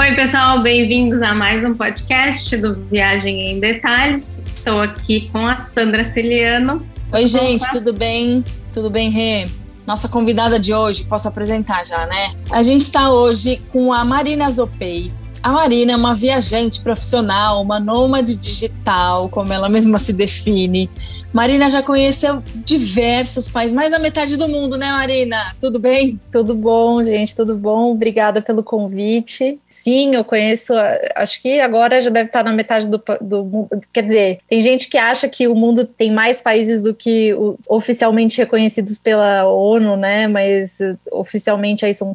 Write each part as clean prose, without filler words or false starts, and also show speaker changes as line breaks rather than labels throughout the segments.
Oi, pessoal, bem-vindos a mais um podcast do Viagem em Detalhes. Estou aqui com a Sandra Ciliano.
Oi, gente, tudo bem? Tudo bem, Rê? Nossa convidada de hoje, posso apresentar já, né? A gente está hoje com a Marina Zopei. A Marina é uma viajante profissional, uma nômade digital, como ela mesma se define. Marina já conheceu diversos países, mais da metade do mundo, né, Marina? Tudo bem?
Tudo bom, gente, tudo bom. Obrigada pelo convite. Sim, eu conheço, acho que agora já deve estar na metade do mundo. Quer dizer, tem gente que acha que o mundo tem mais países do que oficialmente reconhecidos pela ONU, né? Mas oficialmente aí são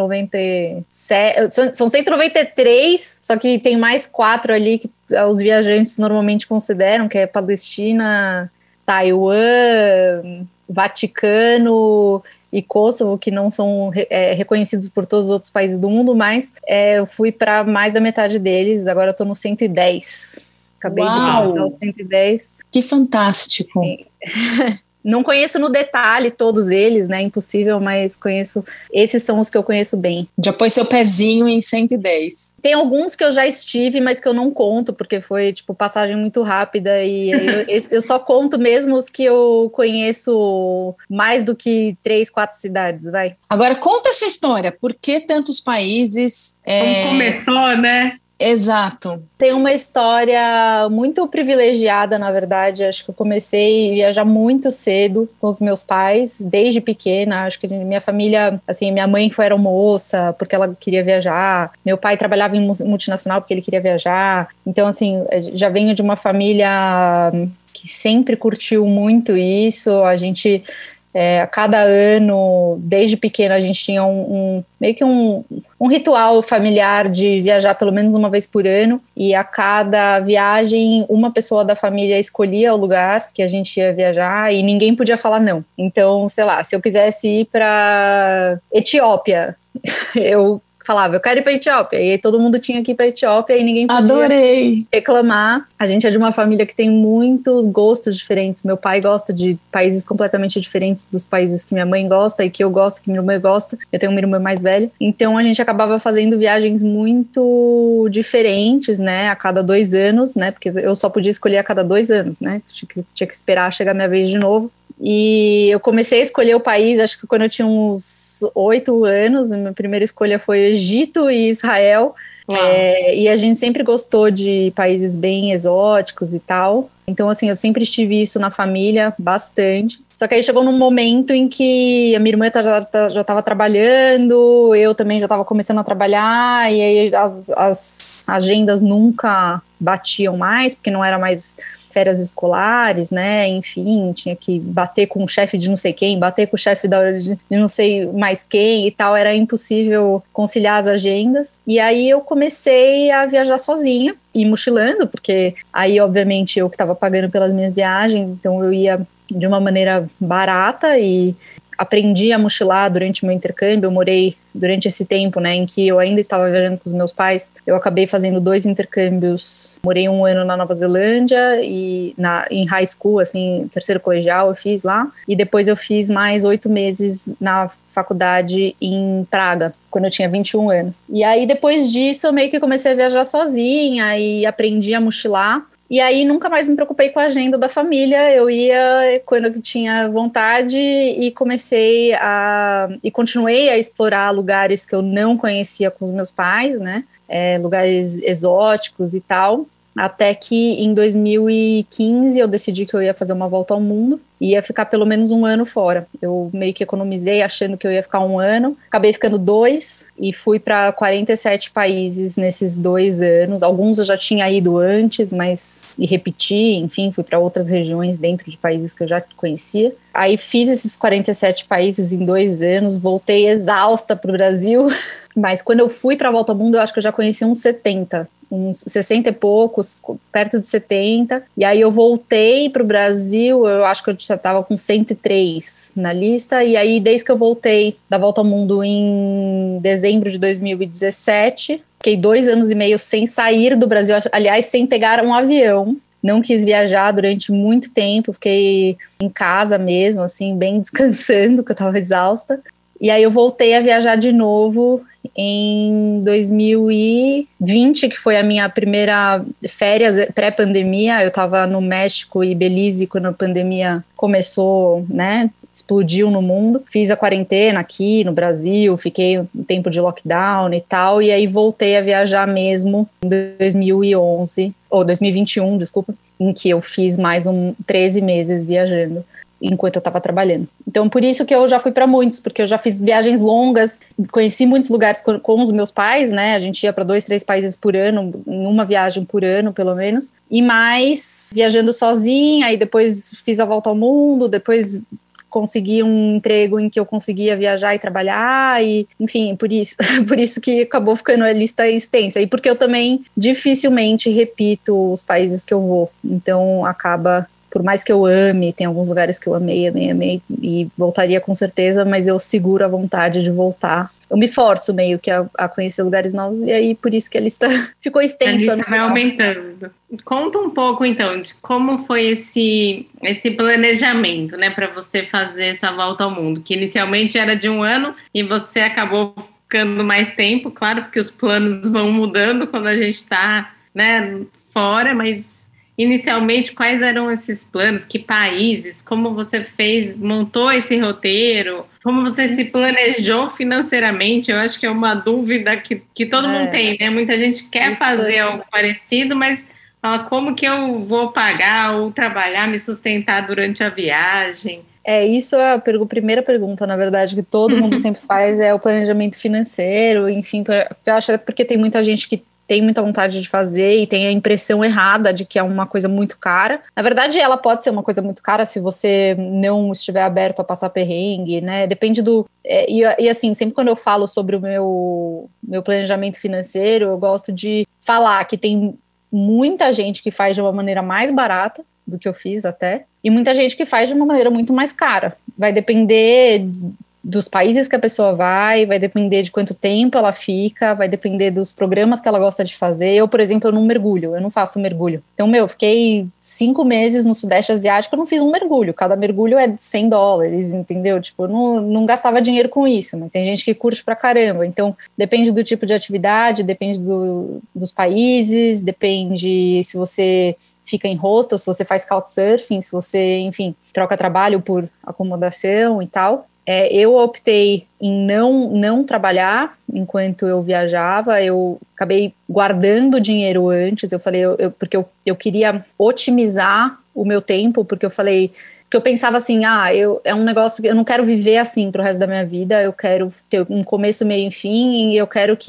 197, são 193, só que tem mais 4 ali que os viajantes normalmente consideram, que é Palestina, Taiwan, Vaticano e Kosovo, que não são reconhecidos por todos os outros países do mundo, mas eu fui para mais da metade deles, agora eu estou no 110. Acabei de passar o 110.
Que fantástico!
Não conheço no detalhe todos eles, né? Impossível, mas conheço. Esses são os que eu conheço bem.
Já pôs seu pezinho em 110.
Tem alguns que eu já estive, mas que eu não conto, porque foi, passagem muito rápida. E eu só conto mesmo os que eu conheço mais do que 3, 4 cidades, vai.
Agora, conta essa história. Por que tantos países?
Como começou, né?
Exato.
Tem uma história muito privilegiada, na verdade. Acho que eu comecei a viajar muito cedo com os meus pais, desde pequena. Acho que minha família, assim, minha mãe foi aeromoça porque ela queria viajar. Meu pai trabalhava em multinacional porque ele queria viajar. Então, assim, já venho de uma família que sempre curtiu muito isso. A gente... a cada ano, desde pequena, a gente tinha meio que um ritual familiar de viajar pelo menos uma vez por ano, e a cada viagem, uma pessoa da família escolhia o lugar que a gente ia viajar e ninguém podia falar não. Então, sei lá, se eu quisesse ir para Etiópia, eu falava, eu quero ir para a Etiópia, e aí todo mundo tinha que ir para a Etiópia e ninguém podia reclamar. A gente é de uma família que tem muitos gostos diferentes. Meu pai gosta de países completamente diferentes dos países que minha mãe gosta e que eu gosto, que minha irmã gosta. Eu tenho uma irmã mais velha. Então a gente acabava fazendo viagens muito diferentes, né, a cada 2 anos, né, porque eu só podia escolher a cada 2 anos, né, tinha que esperar chegar minha vez de novo. E eu comecei a escolher o país, acho que quando eu tinha uns 8 anos, a minha primeira escolha foi Egito e Israel. E a gente sempre gostou de países bem exóticos e tal. Então, assim, eu sempre tive isso na família, bastante. Só que aí chegou num momento em que a minha irmã já estava trabalhando, eu também já estava começando a trabalhar, e aí as agendas nunca batiam mais, porque não era mais férias escolares, né, enfim, tinha que bater com o chefe de não sei quem, bater com o chefe de não sei mais quem e tal, era impossível conciliar as agendas, e aí eu comecei a viajar sozinha, e mochilando, porque aí, obviamente, eu que estava pagando pelas minhas viagens, então eu ia de uma maneira barata e aprendi a mochilar durante o meu intercâmbio. Eu morei durante esse tempo, né, em que eu ainda estava viajando com os meus pais. Eu acabei fazendo 2 intercâmbios. Morei 1 ano na Nova Zelândia e em high school, assim, terceiro colegial eu fiz lá. E depois eu fiz mais 8 meses na faculdade em Praga, quando eu tinha 21 anos. E aí, depois disso, eu meio que comecei a viajar sozinha e aprendi a mochilar. E aí nunca mais me preocupei com a agenda da família, eu ia quando eu tinha vontade e continuei a explorar lugares que eu não conhecia com os meus pais, né, lugares exóticos e tal, até que em 2015 eu decidi que eu ia fazer uma volta ao mundo e ia ficar pelo menos 1 ano fora. Eu meio que economizei achando que eu ia ficar 1 ano, acabei ficando 2 e fui para 47 países nesses 2 anos. Alguns eu já tinha ido antes, mas e repeti, enfim, fui para outras regiões dentro de países que eu já conhecia. Aí fiz esses 47 países em 2 anos, voltei exausta para o Brasil, mas quando eu fui para a volta ao mundo eu acho que eu já conheci uns 70. Uns 60 e poucos, perto de 70, e aí eu voltei para o Brasil, eu acho que eu já estava com 103 na lista, e aí desde que eu voltei da volta ao mundo em dezembro de 2017, fiquei 2 anos e meio sem sair do Brasil, aliás, sem pegar um avião, não quis viajar durante muito tempo, fiquei em casa mesmo, assim, bem descansando, que eu estava exausta. E aí eu voltei a viajar de novo em 2020, que foi a minha primeira férias pré-pandemia. Eu estava no México e Belize quando a pandemia começou, né? Explodiu no mundo. Fiz a quarentena aqui no Brasil, fiquei um tempo de lockdown e tal, e aí voltei a viajar mesmo em 2021, desculpa, em que eu fiz mais 13 meses viajando enquanto eu estava trabalhando. Então, por isso que eu já fui para muitos, porque eu já fiz viagens longas, conheci muitos lugares com os meus pais, né? A gente ia para 2, 3 países por ano, uma viagem por ano, pelo menos, e mais viajando sozinha, aí depois fiz a volta ao mundo, depois consegui um emprego em que eu conseguia viajar e trabalhar, e enfim, por isso que acabou ficando a lista extensa, e porque eu também dificilmente repito os países que eu vou, então acaba, por mais que eu ame, tem alguns lugares que eu amei e voltaria com certeza, mas eu seguro a vontade de voltar. Eu me forço meio que a conhecer lugares novos, e aí por isso que a lista ficou extensa.
A lista vai aumentando. Conta um pouco, então, de como foi esse planejamento, né, para você fazer essa volta ao mundo, que inicialmente era de 1 ano e você acabou ficando mais tempo, claro, porque os planos vão mudando quando a gente está, né, fora, mas inicialmente, quais eram esses planos? Que países? Como você montou esse roteiro? Como você se planejou financeiramente? Eu acho que é uma dúvida que todo mundo tem, né? Muita gente quer fazer algo parecido, mas fala, como que eu vou pagar ou trabalhar, me sustentar durante a viagem?
Isso é a primeira pergunta, na verdade, que todo mundo sempre faz, é o planejamento financeiro, enfim, eu acho porque tem muita gente que tem muita vontade de fazer e tem a impressão errada de que é uma coisa muito cara. Na verdade, ela pode ser uma coisa muito cara se você não estiver aberto a passar perrengue, né? Depende do... E assim, sempre quando eu falo sobre o meu planejamento financeiro, eu gosto de falar que tem muita gente que faz de uma maneira mais barata do que eu fiz até, e muita gente que faz de uma maneira muito mais cara. Vai depender dos países que a pessoa vai depender de quanto tempo ela fica, vai depender dos programas que ela gosta de fazer. Eu, por exemplo, eu não faço mergulho. Então, fiquei 5 meses no Sudeste Asiático, eu não fiz um mergulho. Cada mergulho é $100, entendeu? Tipo, eu não gastava dinheiro com isso, mas tem gente que curte pra caramba. Então, depende do tipo de atividade, depende dos países, depende se você fica em hostel, se você faz couchsurfing, se você, enfim, troca trabalho por acomodação e tal. Eu optei em não trabalhar enquanto eu viajava, eu acabei guardando dinheiro antes, eu falei, porque eu queria otimizar o meu tempo, porque eu pensava assim, é um negócio que eu não quero viver assim pro resto da minha vida, eu quero ter um começo, meio e fim, e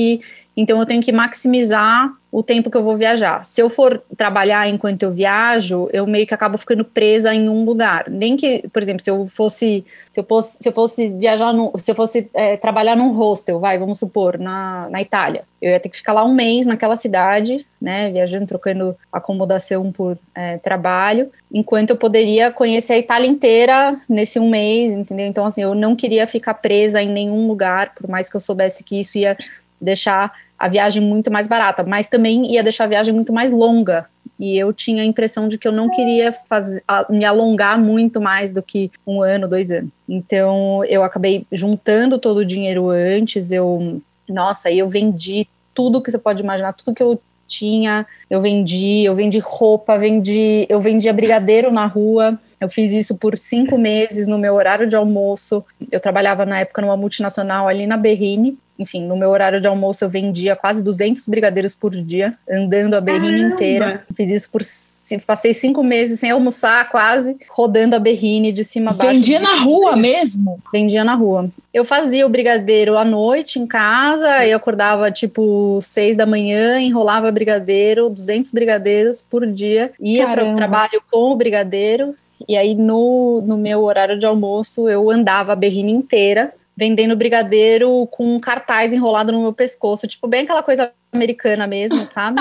então eu tenho que maximizar o tempo que eu vou viajar. Se eu for trabalhar enquanto eu viajo, eu meio que acabo ficando presa em um lugar. Nem que, por exemplo, se eu fosse viajar, se eu fosse trabalhar num hostel, vamos supor, na Itália, eu ia ter que ficar lá 1 mês naquela cidade, né, viajando, trocando acomodação por trabalho, enquanto eu poderia conhecer a Itália inteira nesse 1 mês, entendeu? Então, assim, eu não queria ficar presa em nenhum lugar, por mais que eu soubesse que isso ia deixar a viagem muito mais barata, mas também ia deixar a viagem muito mais longa, e eu tinha a impressão de que eu não queria me alongar muito mais do que 1 ano, 2 anos. Então eu acabei juntando todo o dinheiro antes, eu vendi tudo que você pode imaginar, tudo que eu tinha, eu vendi roupa, eu vendia brigadeiro na rua. Eu fiz isso por 5 meses no meu horário de almoço. Eu trabalhava na época numa multinacional ali na Berrini. Enfim, no meu horário de almoço eu vendia quase 200 brigadeiros por dia, andando a Berrini inteira. Fiz isso passei 5 meses sem almoçar quase, rodando a Berrini de cima a baixo.
Vendia na rua mesmo?
Vendia na rua. Eu fazia o brigadeiro à noite em casa, eu acordava tipo 6 da manhã, enrolava brigadeiro, 200 brigadeiros por dia, ia para o trabalho com o brigadeiro, e aí no meu horário de almoço eu andava a Berrini inteira, vendendo brigadeiro com um cartaz enrolado no meu pescoço, tipo bem aquela coisa americana mesmo, sabe?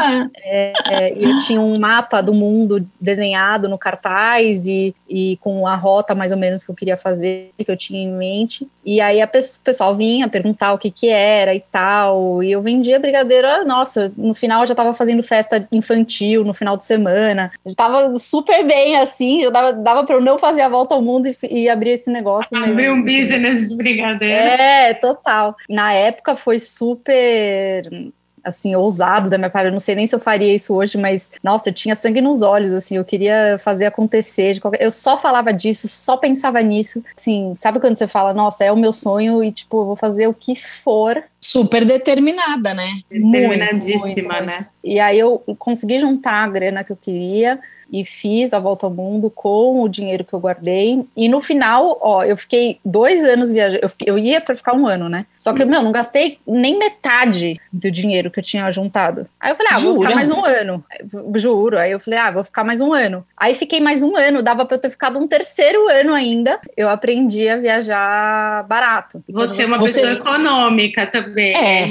E eu tinha um mapa do mundo desenhado no cartaz e com a rota mais ou menos que eu queria fazer, que eu tinha em mente. E aí o pessoal vinha perguntar o que era e tal, e eu vendia brigadeiro. Nossa, no final eu já tava fazendo festa infantil no final de semana, eu tava super bem assim, dava pra eu não fazer a volta ao mundo e abrir esse negócio.
Abrir um business de brigadeiro.
Total. Na época foi super, assim, ousado da minha parte. Eu não sei nem se eu faria isso hoje, mas, nossa, eu tinha sangue nos olhos, assim, eu queria fazer acontecer. Eu só falava disso, só pensava nisso. Assim, sabe quando você fala, nossa, é o meu sonho e, tipo, eu vou fazer o que for.
Super determinada, né?
Determinadíssima, muito.
Né? E aí eu consegui juntar a grana que eu queria e fiz a volta ao mundo com o dinheiro que eu guardei. E no final, eu fiquei 2 anos viajando. Eu ia para ficar 1 ano, né? Só que, não gastei nem metade do dinheiro que eu tinha juntado. Aí eu falei, vou ficar mais 1 ano. Juro. Aí eu falei, vou ficar mais 1 ano. Aí fiquei mais 1 ano, dava para eu ter ficado um 3º ano ainda. Eu aprendi a viajar barato.
Você é uma pessoa econômica também.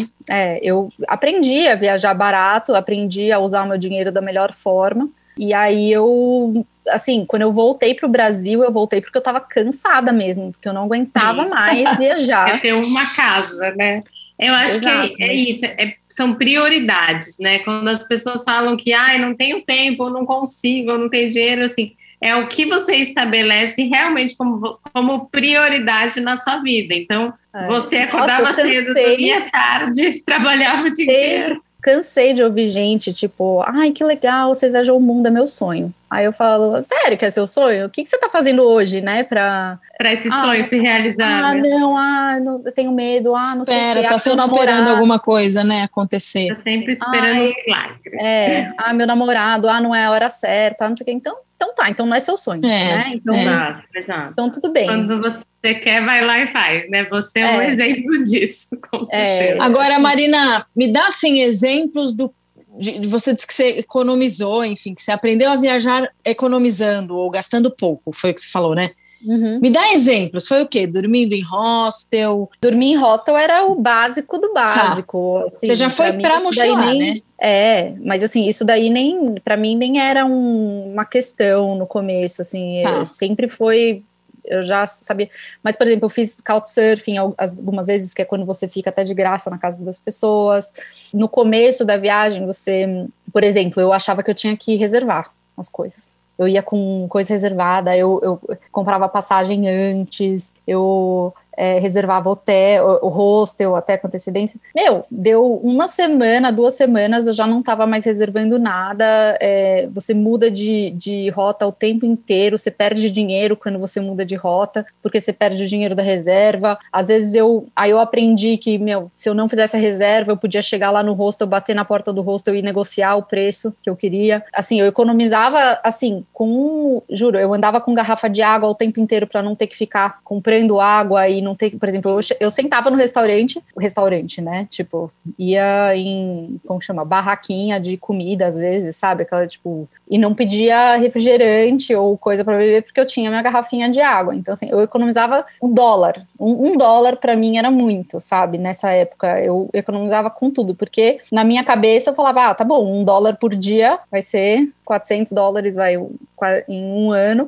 Eu aprendi a viajar barato, aprendi a usar o meu dinheiro da melhor forma. E aí eu, assim, quando eu voltei pro Brasil, eu voltei porque eu tava cansada mesmo, porque eu não aguentava mais viajar.
É ter uma casa, né? Eu acho que é isso, são prioridades, né? Quando as pessoas falam que, não tenho tempo, eu não consigo, eu não tenho dinheiro, assim, é o que você estabelece realmente como prioridade na sua vida. Então, você acordava cedo, dormia tarde, trabalhava o dia inteiro.
Cansei de ouvir gente, tipo, que legal, você viajou o mundo, é meu sonho. Aí eu falo, sério que é seu sonho? O que você tá fazendo hoje, né, pra
esse sonho se realizar?
Não, eu tenho medo, não sei o quê.
Tá sempre esperando alguma coisa, né, acontecer.
Tá sempre esperando um milagre.
Meu namorado, não é a hora certa, não sei o quê. Então tá, então não é seu sonho, né? Então,
exato.
Então tudo bem.
Quando você quer, vai lá e faz, né? Você é um exemplo disso, com certeza.
Agora, Marina, me dá, assim, exemplos você disse que você economizou, enfim, que você aprendeu a viajar economizando ou gastando pouco, foi o que você falou, né?
Uhum.
Me dá exemplos, foi o quê? Dormindo em hostel?
Dormir em hostel era o básico do básico. Assim,
você já foi pra mochilar, né?
Mas assim, isso daí nem, pra mim nem era uma questão no começo, assim, sempre foi, eu já sabia, mas por exemplo, eu fiz couchsurfing algumas vezes, que é quando você fica até de graça na casa das pessoas. No começo da viagem, por exemplo, eu achava que eu tinha que reservar as coisas. Eu ia com coisa reservada, eu comprava passagem antes, eu reservava o hostel até com antecedência. Deu 1 semana, 2 semanas, eu já não estava mais reservando nada. Você muda de rota o tempo inteiro, você perde dinheiro quando você muda de rota, porque você perde o dinheiro da reserva. Às vezes eu aprendi que, se eu não fizesse a reserva, eu podia chegar lá no hostel, bater na porta do hostel e negociar o preço que eu queria. Assim, eu economizava, assim, juro, eu andava com garrafa de água o tempo inteiro para não ter que ficar comprando água e não ter, por exemplo, eu sentava no restaurante, né, tipo, ia em, como chama, barraquinha de comida, às vezes, sabe, aquela, tipo, e não pedia refrigerante ou coisa para beber, porque eu tinha minha garrafinha de água. Então, assim, eu economizava $1, $1 para mim era muito, sabe, nessa época, eu economizava com tudo, porque na minha cabeça eu falava, tá bom, $1 por dia vai ser $400, em 1 ano,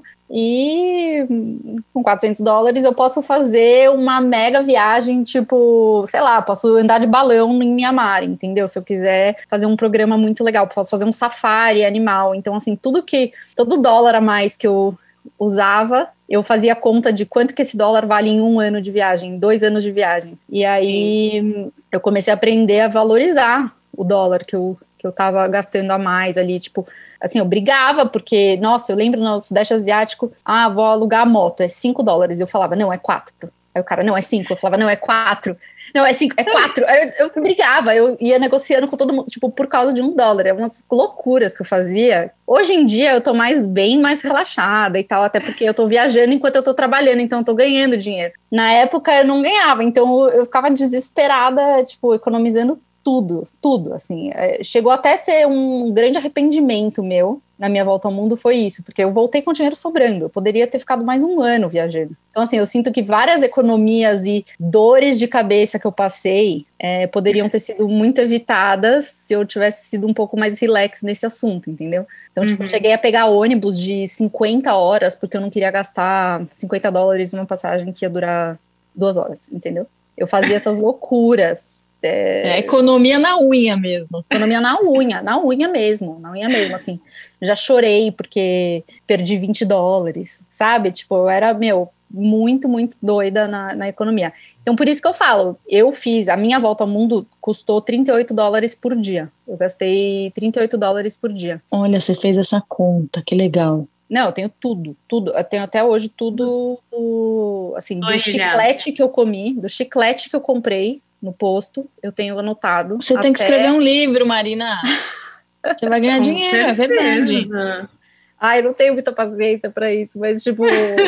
e com $400 eu posso fazer uma mega viagem, tipo, sei lá, posso andar de balão em Mianmar, entendeu? Se eu quiser fazer um programa muito legal, posso fazer um safari animal. Então, assim, todo $1 a mais que eu usava, eu fazia conta de quanto que esse dólar vale em 1 ano de viagem, 2 anos de viagem. E aí eu comecei a aprender a valorizar o dólar que eu tava gastando a mais ali, tipo, assim, eu brigava, porque, nossa, eu lembro no Sudeste Asiático, vou alugar a moto, é $5, eu falava, não, é 4, aí o cara, não, é 5, eu falava, não, é 4, não, é 5, é 4, aí eu brigava, eu ia negociando com todo mundo, tipo, por causa de $1, é umas loucuras que eu fazia. Hoje em dia eu tô bem mais relaxada e tal, até porque eu tô viajando enquanto eu tô trabalhando, então eu tô ganhando dinheiro. Na época eu não ganhava, então eu ficava desesperada, tipo, economizando tudo, assim. Chegou até a ser um grande arrependimento meu na minha volta ao mundo, foi isso, porque eu voltei com dinheiro sobrando, eu poderia ter ficado mais um ano viajando. Então, assim, eu sinto que várias economias e dores de cabeça que eu passei poderiam ter sido muito evitadas se eu tivesse sido um pouco mais relax nesse assunto, entendeu? Então, tipo, eu cheguei a pegar ônibus de 50 horas, porque eu não queria gastar $50 numa passagem que ia durar 2 horas, entendeu? Eu fazia essas loucuras.
Economia na unha mesmo.
Economia na unha mesmo, assim. Já chorei porque perdi $20, sabe? Tipo, eu era, muito, muito doida na economia. Então, por isso que eu falo, a minha volta ao mundo custou $38 por dia. Eu gastei $38 por dia.
Olha, você fez essa conta, que legal.
Não, eu tenho tudo. Eu tenho até hoje tudo, assim, do chiclete que eu comi, do chiclete que eu comprei no posto, eu tenho anotado.
Você tem que escrever um livro, Marina. Você vai ganhar dinheiro,
certeza.
É verdade.
Ai, não tenho muita paciência pra isso, mas tipo...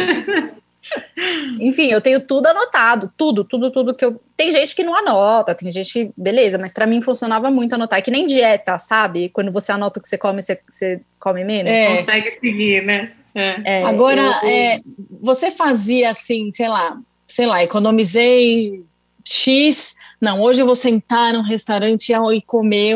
Enfim, eu tenho tudo anotado, tudo que eu... Tem gente que não anota, tem gente... Beleza, mas pra mim funcionava muito anotar. É que nem dieta, sabe? Quando você anota o que você come menos.
Consegue seguir, né?
Agora, você fazia assim, sei lá, economizei X... Não, hoje eu vou sentar num restaurante e comer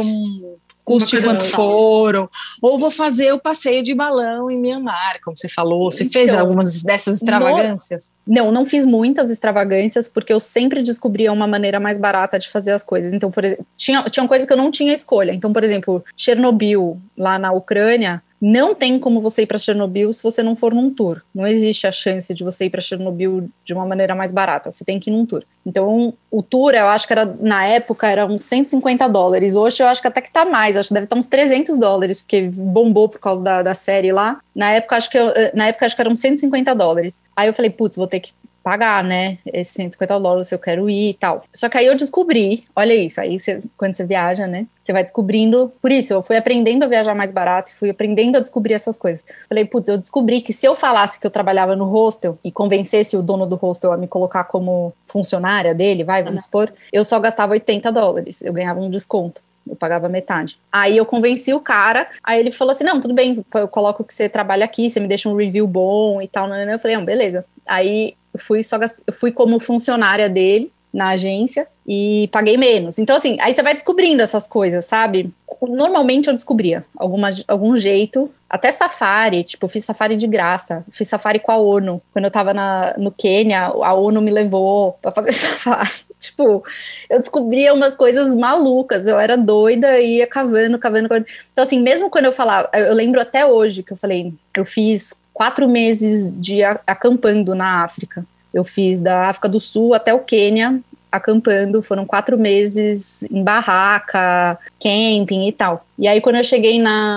custe quanto for, ou vou fazer o passeio de balão em Mianmar, como você falou. Você fez algumas dessas extravagâncias?
Não fiz muitas extravagâncias, porque eu sempre descobria uma maneira mais barata de fazer as coisas. Então, por exemplo, tinha coisa que eu não tinha escolha. Então, por exemplo, Chernobyl, lá na Ucrânia, não tem como você ir para Chernobyl se você não for num tour. Não existe a chance de você ir para Chernobyl de uma maneira mais barata. Você tem que ir num tour. Então, o tour, eu acho que na época, era uns $150. Hoje, eu acho que até que tá mais. Acho que deve estar uns $300, porque bombou por causa da série lá. Na época, acho que eram $150. Aí eu falei, putz, vou ter que pagar, né, esses $150 se eu quero ir e tal. Só que aí eu descobri, olha isso, aí quando você viaja, né, você vai descobrindo, por isso, eu fui aprendendo a viajar mais barato, fui aprendendo a descobrir essas coisas. Falei, putz, eu descobri que se eu falasse que eu trabalhava no hostel e convencesse o dono do hostel a me colocar como funcionária dele, vamos supor, eu só gastava $80, eu ganhava um desconto. Eu pagava metade. Aí eu convenci o cara, aí ele falou assim, não, tudo bem, eu coloco que você trabalha aqui, você me deixa um review bom e tal, eu falei, não, beleza. Aí eu fui como funcionária dele na agência e paguei menos. Então, assim, aí você vai descobrindo essas coisas, sabe? Normalmente eu descobria algum jeito, até safari, tipo, eu fiz safari de graça, fiz safari com a ONU. Quando eu tava no Quênia, a ONU me levou pra fazer safari. Tipo, eu descobria umas coisas malucas, eu era doida e ia cavando. Então, assim, mesmo quando eu falava, eu lembro até hoje que eu falei, eu fiz 4 meses de acampando na África. Eu fiz da África do Sul até o Quênia, acampando, foram 4 meses em barraca, camping e tal. E aí, quando eu cheguei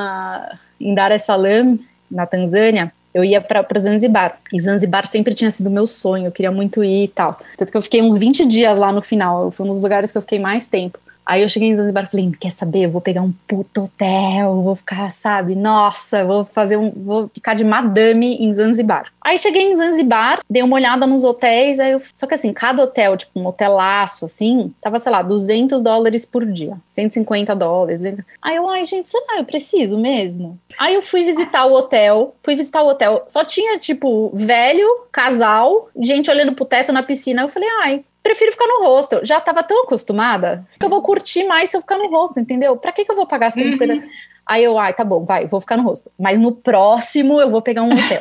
em Dar es Salaam, na Tanzânia, eu ia para Zanzibar. E Zanzibar sempre tinha sido meu sonho, eu queria muito ir e tal. Tanto que eu fiquei uns 20 dias lá no final, foi um dos lugares que eu fiquei mais tempo. Aí eu cheguei em Zanzibar e falei, quer saber, eu vou pegar um puto hotel, vou ficar, sabe, nossa, vou ficar de madame em Zanzibar. Aí cheguei em Zanzibar, dei uma olhada nos hotéis, só que assim, cada hotel, tipo um hotelaço, assim, tava, sei lá, $200 por dia, $150, 200. Aí ai, gente, será, eu preciso mesmo? Aí eu fui visitar o hotel, só tinha, tipo, velho, casal, gente olhando pro teto na piscina, eu falei, prefiro ficar no hostel. Já tava tão acostumada que eu vou curtir mais se eu ficar no hostel, entendeu? Pra que eu vou pagar 150? Aí eu, tá bom, vou ficar no hostel. Mas no próximo eu vou pegar um hotel.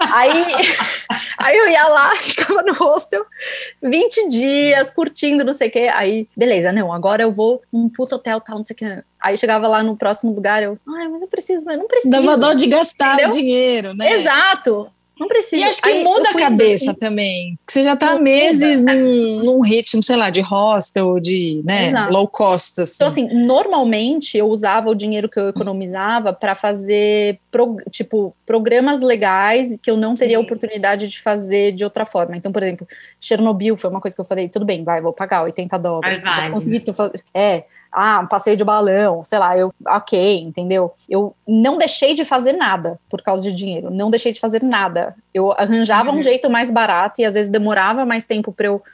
Aí eu ia lá, ficava no hostel 20 dias, curtindo, não sei o quê. Aí, beleza, não, agora eu vou num puto hotel, tal, não sei o quê. Aí chegava lá no próximo lugar, mas eu preciso, mas não preciso.
Dava dó de gastar o dinheiro, né?
Exato. Não precisa.
E acho que muda a cabeça também. Que você já tá meses num ritmo, sei lá, de hostel, de low cost. Assim.
Então, assim, normalmente eu usava o dinheiro que eu economizava para fazer, programas legais que eu não teria oportunidade de fazer de outra forma. Então, por exemplo, Chernobyl foi uma coisa que eu falei, tudo bem, vou pagar $80. Já consegui fazer. Um passeio de balão, sei lá, entendeu? Eu não deixei de fazer nada por causa de dinheiro, não deixei de fazer nada. Eu arranjava um jeito mais barato e às vezes demorava mais tempo para eu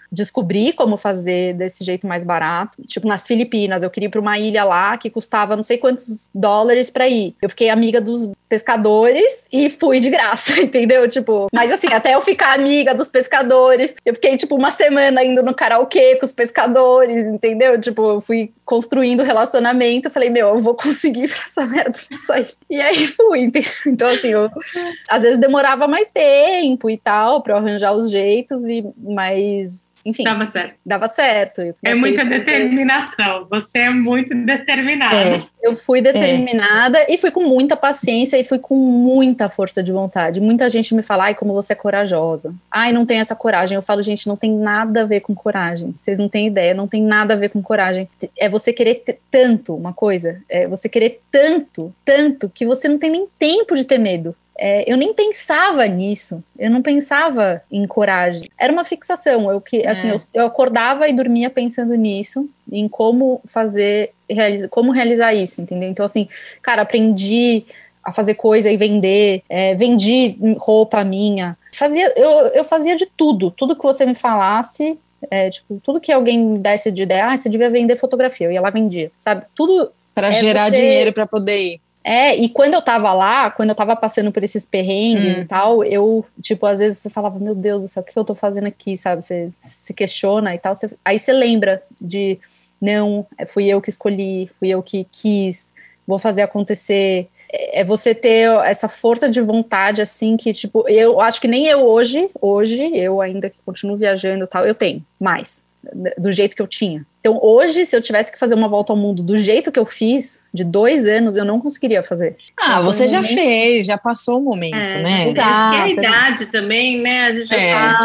descobri como fazer desse jeito mais barato. Tipo, nas Filipinas, eu queria ir para uma ilha lá que custava não sei quantos dólares para ir. Eu fiquei amiga dos pescadores e fui de graça, entendeu? Tipo, mas assim, até eu ficar amiga dos pescadores, eu fiquei tipo uma semana indo no karaokê com os pescadores, entendeu? Tipo, eu fui construindo relacionamento, falei, meu, eu vou conseguir pra essa merda sair. E aí fui, entendeu? Então assim, eu às vezes demorava mais tempo e tal, pra eu arranjar os jeitos, mas enfim. Dava certo.
É muita determinação. Você é muito determinada.
Eu fui determinada e fui com muita paciência e fui com muita força de vontade. Muita gente me fala, ai, como você é corajosa. Ai, não tem essa coragem. Eu falo, gente, não tem nada a ver com coragem. Vocês não têm ideia, não tem nada a ver com coragem. É você querer tanto uma coisa, é você querer tanto, que você não tem nem tempo de ter medo. Eu nem pensava nisso, eu não pensava em coragem. Era uma fixação, eu acordava e dormia pensando nisso, em como como realizar isso, entendeu? Então assim, cara, aprendi a fazer coisa e vender, vendi roupa minha, eu fazia de tudo que você me falasse, tipo, tudo que alguém me desse de ideia, você devia vender fotografia, eu ia lá vendia, sabe? Tudo
para gerar dinheiro para poder ir.
E quando eu tava lá, quando eu tava passando por esses perrengues e tal, eu, tipo, às vezes você falava, meu Deus do céu, o que eu tô fazendo aqui, sabe? Você se questiona e tal, aí você lembra de, não, fui eu que escolhi, fui eu que quis, vou fazer acontecer. É você ter essa força de vontade, assim, que, tipo, eu acho que nem eu hoje, eu ainda que continuo viajando e tal, eu tenho mais, do jeito que eu tinha. Então, hoje, se eu tivesse que fazer uma volta ao mundo do jeito que eu fiz, de 2 anos, eu não conseguiria fazer.
Então, você já fez, já passou o momento, né?
Exato. Acho que é a idade também, né? A gente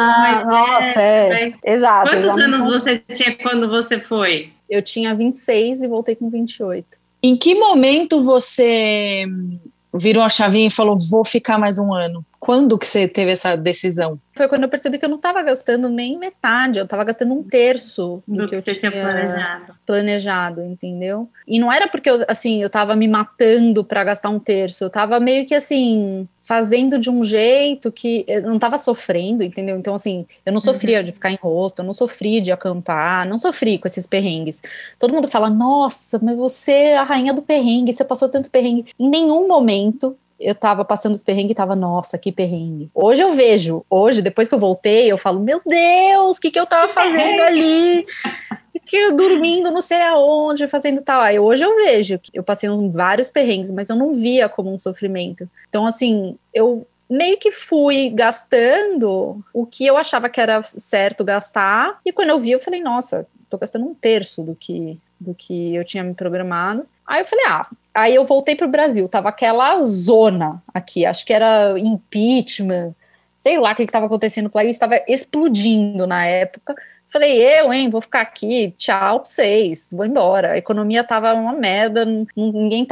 exato.
Quantos anos você tinha quando você foi?
Eu tinha 26 e voltei com 28.
Em que momento você virou a chavinha e falou, vou ficar mais um ano? Quando que você teve essa decisão?
Foi quando eu percebi que eu não estava gastando nem metade, eu estava gastando 1/3 do que eu tinha planejado, entendeu? E não era porque eu estava me matando para gastar 1/3, eu estava meio que assim, fazendo de um jeito que eu não estava sofrendo, entendeu? Então assim, eu não sofria de ficar em hostel, eu não sofri de acampar, não sofri com esses perrengues. Todo mundo fala, nossa, mas você é a rainha do perrengue, você passou tanto perrengue. Em nenhum momento eu tava passando os perrengues e tava, nossa, que perrengue. Hoje eu vejo, depois que eu voltei, eu falo, meu Deus, o que eu tava fazendo ali? Que eu dormindo não sei aonde, fazendo tal. Aí hoje eu vejo que eu passei vários perrengues, mas eu não via como um sofrimento. Então, assim, eu meio que fui gastando o que eu achava que era certo gastar, e quando eu vi, eu falei, nossa, tô gastando 1/3 do que eu tinha me programado. Aí eu falei, aí eu voltei pro Brasil, tava aquela zona aqui, acho que era impeachment, sei lá o que estava acontecendo, o país estava explodindo na época. Falei, vou ficar aqui, tchau pra vocês, vou embora. A economia tava uma merda, ninguém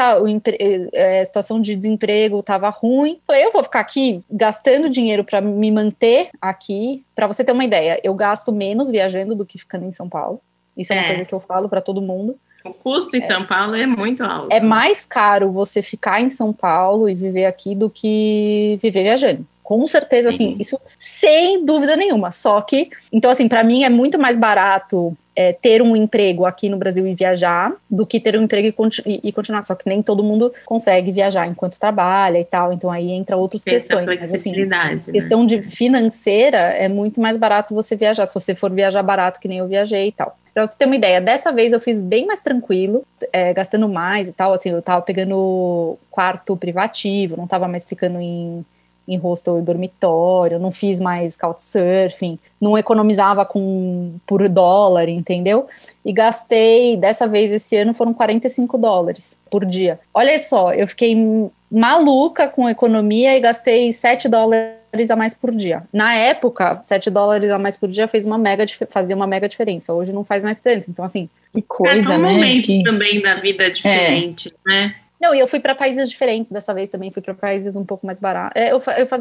a situação de desemprego tava ruim. Falei, eu vou ficar aqui gastando dinheiro para me manter aqui. Para você ter uma ideia, eu gasto menos viajando do que ficando em São Paulo. Isso é uma coisa que eu falo para todo mundo.
O custo em São Paulo é muito alto.
É mais caro você ficar em São Paulo e viver aqui do que viver viajando. Com certeza, assim, isso sem dúvida nenhuma. Só que, então, assim, para mim é muito mais barato ter um emprego aqui no Brasil e viajar do que ter um emprego e continuar. Só que nem todo mundo consegue viajar enquanto trabalha e tal. Então aí entra outras questões. Mas, assim, questão de financeira, é muito mais barato você viajar. Se você for viajar barato, que nem eu viajei e tal. Pra você ter uma ideia, dessa vez eu fiz bem mais tranquilo, gastando mais e tal. Assim, eu tava pegando quarto privativo, não tava mais ficando em hostel e dormitório, não fiz mais couchsurfing, não economizava por dólar, entendeu? E gastei, dessa vez esse ano foram $45 por dia. Olha só, eu fiquei maluca com economia e gastei $7 a mais por dia. Na época, $7 a mais por dia fazia uma mega diferença. Hoje não faz mais tanto. Então, assim,
que coisa,
são
né?
momentos também da vida diferentes, né?
Não, e eu fui para países diferentes dessa vez também, fui para países um pouco mais baratos. Eu fazia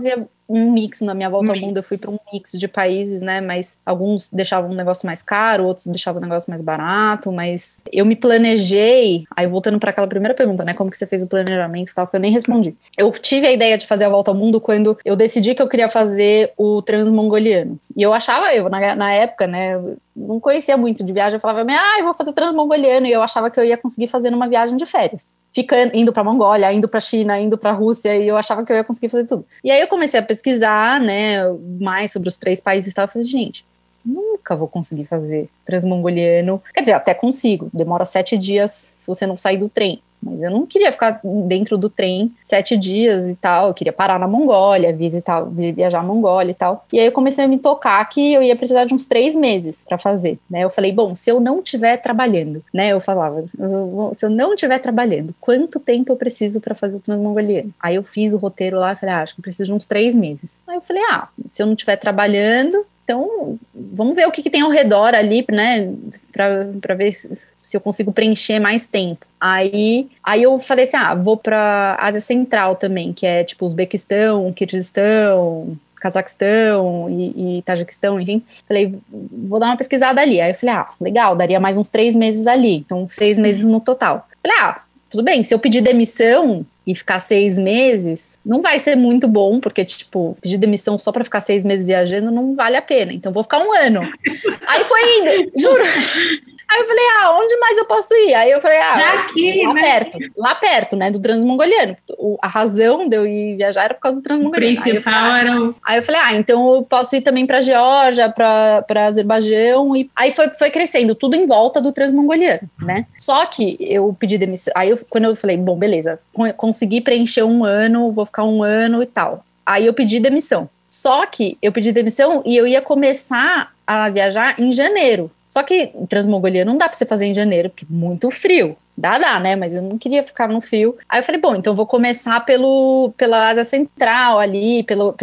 um mix na minha volta ao mundo, eu fui para um mix de países, né, mas alguns deixavam um negócio mais caro, outros deixavam um negócio mais barato, mas eu me planejei, aí voltando para aquela primeira pergunta, né, como que você fez o planejamento e tal, que eu nem respondi. Eu tive a ideia de fazer a volta ao mundo quando eu decidi que eu queria fazer o Transmongoliano, e eu achava, na época, né, eu não conhecia muito de viagem, eu falava, eu vou fazer o Transmongoliano, e eu achava que eu ia conseguir fazer numa viagem de férias, indo pra Mongólia, indo pra China, indo pra Rússia, e eu achava que eu ia conseguir fazer tudo. E aí eu comecei a pesquisar, né, mais sobre os 3 países e tal, eu falei, gente, nunca vou conseguir fazer Transmongoliano, quer dizer, até consigo, demora 7 dias se você não sair do trem. Mas eu não queria ficar dentro do trem 7 dias e tal, eu queria parar na Mongólia, viajar a Mongólia e tal. E aí eu comecei a me tocar que eu ia precisar de uns 3 meses para fazer, né? Eu falei, bom, se eu não estiver trabalhando, né? Eu falava, se eu não estiver trabalhando, quanto tempo eu preciso para fazer o Transmongoliano? Aí eu fiz o roteiro lá, falei, acho que eu preciso de uns 3 meses. Aí eu falei, se eu não estiver trabalhando, então vamos ver o que tem ao redor ali, né? Para ver se eu consigo preencher mais tempo. Aí eu falei assim, vou para Ásia Central também, que é tipo Uzbequistão, Quirguistão, Cazaquistão e Tajiquistão, enfim. Falei, vou dar uma pesquisada ali. Aí eu falei, legal, daria mais uns 3 meses ali, então 6 meses no total. Falei, tudo bem, se eu pedir demissão e ficar 6 meses, não vai ser muito bom, porque, tipo, pedir demissão só pra ficar 6 meses viajando não vale a pena, então vou ficar 1 ano. Aí foi indo, juro. Aí eu falei, onde mais eu posso ir? Aí eu falei,
aqui,
lá perto, né, do Transmongoliano. A razão de eu ir viajar era por causa do Transmongoliano.
O principal era o...
Aí eu falei, então eu posso ir também pra Geórgia, pra Azerbaijão, e aí foi crescendo, tudo em volta do Transmongoliano, né? Só que eu pedi demissão, quando eu falei, bom, beleza, consegui preencher 1 ano, vou ficar 1 ano e tal. Aí eu pedi demissão. Só que eu pedi demissão e eu ia começar a viajar em janeiro. Só que o Transmongoliano não dá pra você fazer em janeiro, porque é muito frio. Dá, né? Mas eu não queria ficar no frio. Aí eu falei, bom, então eu vou começar pela Ásia Central ali,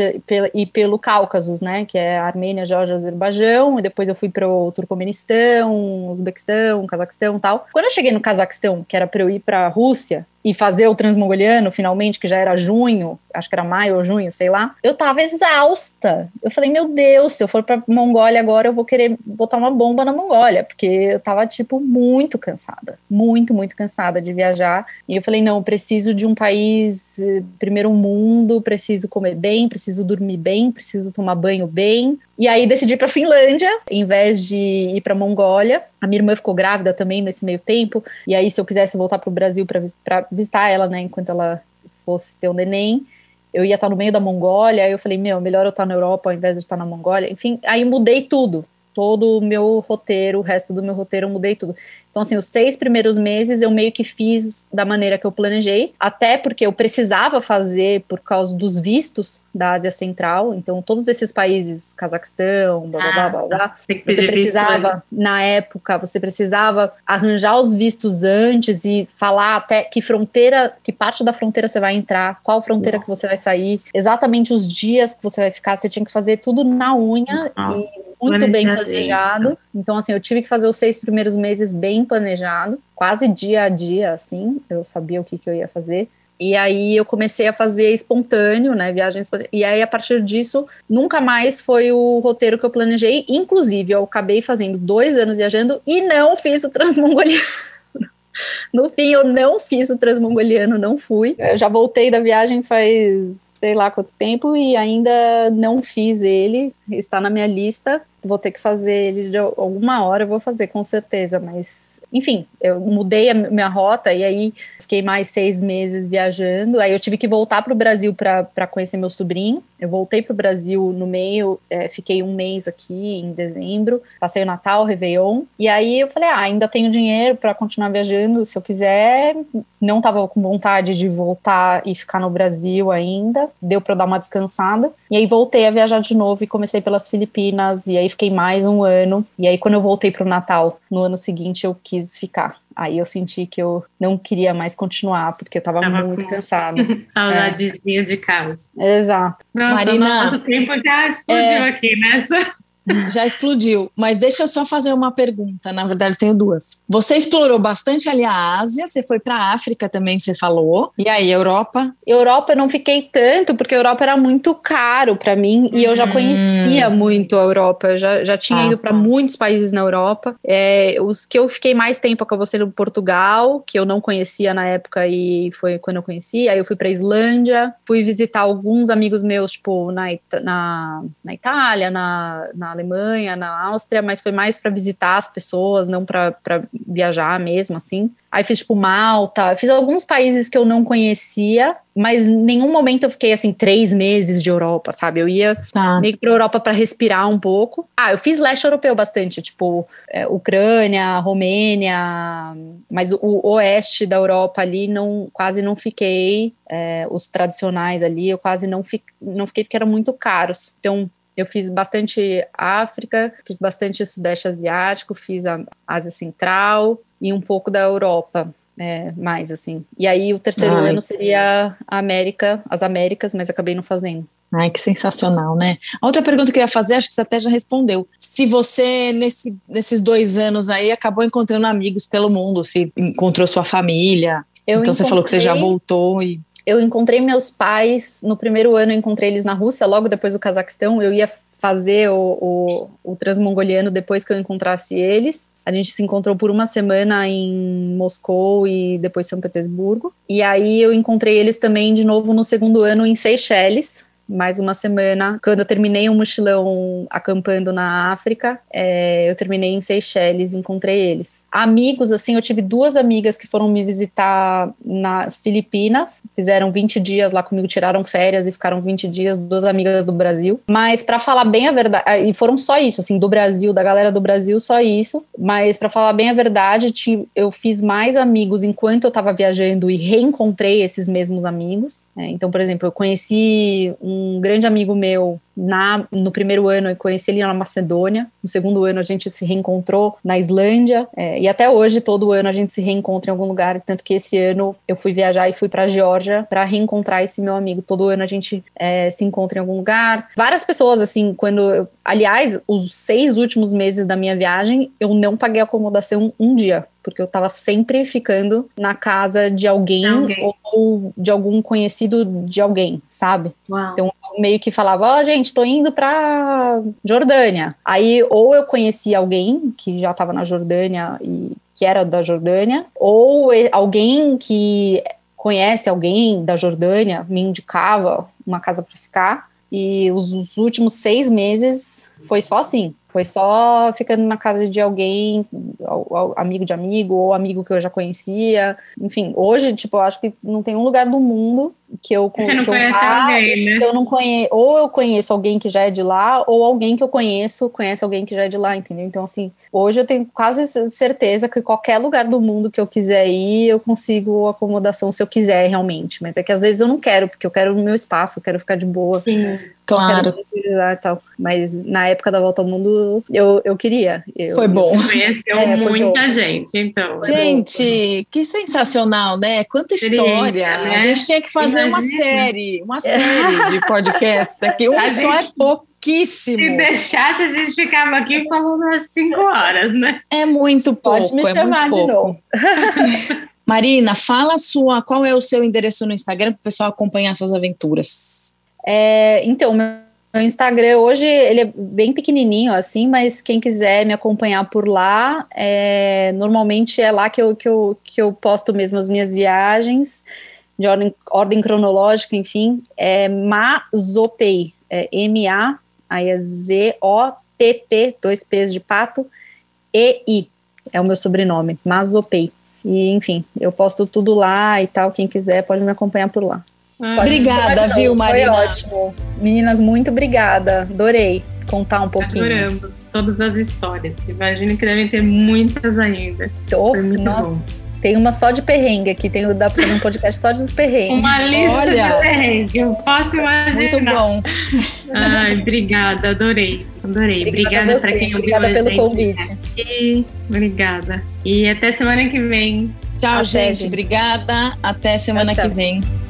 pelo Cáucaso, né? Que é Armênia, Geórgia, Azerbaijão. E depois eu fui pro Turcomenistão, Uzbequistão, Cazaquistão e tal. Quando eu cheguei no Cazaquistão, que era pra eu ir pra Rússia e fazer o Transmongoliano, finalmente, que já era junho, acho que era maio ou junho, sei lá, eu tava exausta. Eu falei, meu Deus, se eu for pra Mongólia agora, eu vou querer botar uma bomba na Mongólia, porque eu tava, tipo, muito cansada. Muito, muito cansada de viajar. E eu falei, não, preciso de um país primeiro mundo, preciso comer bem, preciso dormir bem, preciso tomar banho bem. E aí decidi ir pra Finlândia, em vez de ir pra Mongólia. A minha irmã ficou grávida também nesse meio tempo. E aí, se eu quisesse voltar pro Brasil pra visitar ela, né, enquanto ela fosse ter um neném, eu ia estar no meio da Mongólia. Aí eu falei, melhor eu estar na Europa ao invés de estar na Mongólia. Enfim, aí mudei tudo. Todo o meu roteiro, o resto do meu roteiro eu mudei tudo. Então, assim, os 6 primeiros meses eu meio que fiz da maneira que eu planejei, até porque eu precisava fazer por causa dos vistos da Ásia Central. Então, todos esses países, Cazaquistão, blá, blá, blá, você precisava, na época, você precisava arranjar os vistos antes e falar até que parte da fronteira você vai entrar, qual fronteira que você vai sair, exatamente os dias que você vai ficar, você tinha que fazer tudo na unha e muito bem planejado. Então, assim, eu tive que fazer os 6 primeiros meses bem planejado, quase dia a dia, assim, eu sabia o que eu ia fazer. E aí eu comecei a fazer espontâneo, né, viagens espontâneas. E aí, a partir disso, nunca mais foi o roteiro que eu planejei. Inclusive, eu acabei fazendo 2 anos viajando e não fiz o Transmongoliano. No fim, eu não fiz o Transmongoliano, não fui. Eu já voltei da viagem faz sei lá quanto tempo e ainda não fiz ele. Está na minha lista. Vou ter que fazer ele de alguma hora, eu vou fazer com certeza, mas... Enfim, eu mudei a minha rota e aí fiquei mais 6 meses viajando. Aí eu tive que voltar para o Brasil para conhecer meu sobrinho. Eu voltei para o Brasil no meio, fiquei 1 mês aqui em dezembro. Passei o Natal, o Réveillon. E aí eu falei, ainda tenho dinheiro para continuar viajando se eu quiser. Não estava com vontade de voltar e ficar no Brasil ainda. Deu para eu dar uma descansada. E aí voltei a viajar de novo e comecei pelas Filipinas. E aí fiquei mais 1 ano. E aí quando eu voltei para o Natal, no ano seguinte, eu quis ficar. Aí eu senti que eu não queria mais continuar, porque eu tava muito cansada.
Saudadezinha de casa.
Exato.
Nossa,
Marina,
nosso tempo já explodiu aqui nessa.
Já explodiu. Mas deixa eu só fazer uma pergunta. Na verdade, tenho duas. Você explorou bastante ali a Ásia, você foi pra África também, você falou. E aí, Europa?
Europa eu não fiquei tanto, porque a Europa era muito caro para mim e eu já conhecia muito a Europa. Eu já tinha ido para muitos países na Europa. Os que eu fiquei mais tempo acabou sendo Portugal, que eu não conhecia na época e foi quando eu conheci. Aí eu fui para Islândia, fui visitar alguns amigos meus, tipo, na Itália, na Alemanha, na Áustria, mas foi mais para visitar as pessoas, não para viajar mesmo, assim. Aí fiz, tipo, Malta, fiz alguns países que eu não conhecia, mas em nenhum momento eu fiquei, assim, 3 meses de Europa, sabe? Eu ia meio que pra Europa pra respirar um pouco. Eu fiz leste europeu bastante, tipo, Ucrânia, Romênia, mas o oeste da Europa ali, quase não fiquei. Os tradicionais ali, eu quase não fiquei porque eram muito caros. Então, eu fiz bastante África, fiz bastante Sudeste Asiático, fiz a Ásia Central e um pouco da Europa, mais assim. E aí o terceiro ano seria as Américas, mas acabei não fazendo.
Ai, que sensacional, né? A outra pergunta que eu ia fazer, acho que você até já respondeu. Se você, nesses 2 anos aí, acabou encontrando amigos pelo mundo, se encontrou sua família. Você falou que você já voltou e...
Eu encontrei meus pais, no primeiro ano eu encontrei eles na Rússia, logo depois do Cazaquistão, eu ia fazer o transmongoliano depois que eu encontrasse eles. A gente se encontrou por uma semana em Moscou e depois São Petersburgo. E aí eu encontrei eles também de novo no segundo ano em Seychelles, mais uma semana. Quando eu terminei um mochilão acampando na África, eu terminei em Seychelles, encontrei eles. Amigos, assim, eu tive 2 amigas que foram me visitar nas Filipinas, fizeram 20 dias lá comigo, tiraram férias e ficaram 20 dias, 2 amigas do Brasil. Mas pra falar bem a verdade, e foram só isso, assim, do Brasil, da galera do Brasil, só isso. Mas pra falar bem a verdade, eu fiz mais amigos enquanto eu tava viajando e reencontrei esses mesmos amigos. Então, por exemplo, eu conheci um grande amigo meu no primeiro ano, eu conheci ele na Macedônia. No segundo ano a gente se reencontrou na Islândia, e até hoje todo ano a gente se reencontra em algum lugar, tanto que esse ano eu fui viajar e fui pra Geórgia para reencontrar esse meu amigo. Todo ano a gente se encontra em algum lugar. Várias pessoas, assim, aliás, os 6 últimos meses da minha viagem eu não paguei acomodação um dia, porque eu tava sempre ficando na casa de alguém. Ou de algum conhecido de alguém, sabe?
Uau.
Então, eu meio que falava, gente, tô indo pra Jordânia. Aí, ou eu conhecia alguém que já tava na Jordânia e que era da Jordânia, ou alguém que conhece alguém da Jordânia me indicava uma casa pra ficar. E os últimos 6 meses foi só assim. Foi só ficando na casa de alguém, amigo de amigo, ou amigo que eu já conhecia. Enfim, hoje, tipo, eu acho que não tem um lugar do mundo que eu
Você não conhece alguém, né?
Que eu não conheço, ou eu conheço alguém que já é de lá, ou alguém que eu conhece alguém que já é de lá, entendeu? Então, assim, hoje eu tenho quase certeza que qualquer lugar do mundo que eu quiser ir, eu consigo acomodação se eu quiser realmente. Mas é que às vezes eu não quero, porque eu quero o meu espaço, eu quero ficar de boa.
Sim,
claro.
E tal. Mas na época da Volta ao Mundo, eu queria.
Foi bom.
Conheceu muita gente, então.
Gente, que sensacional, né? Quanta história.
Né?
A gente tinha que fazer uma série de podcasts aqui. Só é pouquíssimo.
Se deixasse, a gente ficava aqui falando umas 5 horas, né?
É muito pouco.
Pode me chamar de novo.
Marina, fala qual é o seu endereço no Instagram para o pessoal acompanhar suas aventuras.
Então, meu Instagram hoje, ele é bem pequenininho assim, mas quem quiser me acompanhar por lá, normalmente é lá que eu posto mesmo as minhas viagens, de ordem cronológica, enfim, Mazopei, M-A, aí é Z-O-P-P, 2 P's de pato, E-I, é o meu sobrenome, Mazopei. E, enfim, eu posto tudo lá e tal, quem quiser pode me acompanhar por lá.
Obrigada, viu, Marina?
Foi ótimo. Meninas, muito obrigada. Adorei contar um pouquinho.
Adoramos todas as histórias. Imagino que devem ter muitas ainda.
Nossa, bom. Tem uma só de perrengue aqui. Dá pra fazer um podcast só dos perrengues.
Uma lista de perrengue. Eu posso imaginar.
Muito bom.
Ai, obrigada. Adorei. Obrigada para quem ouviu.
Obrigada pelo convite.
Obrigada. E até semana que vem.
Tchau, gente. Obrigada. Até semana que vem.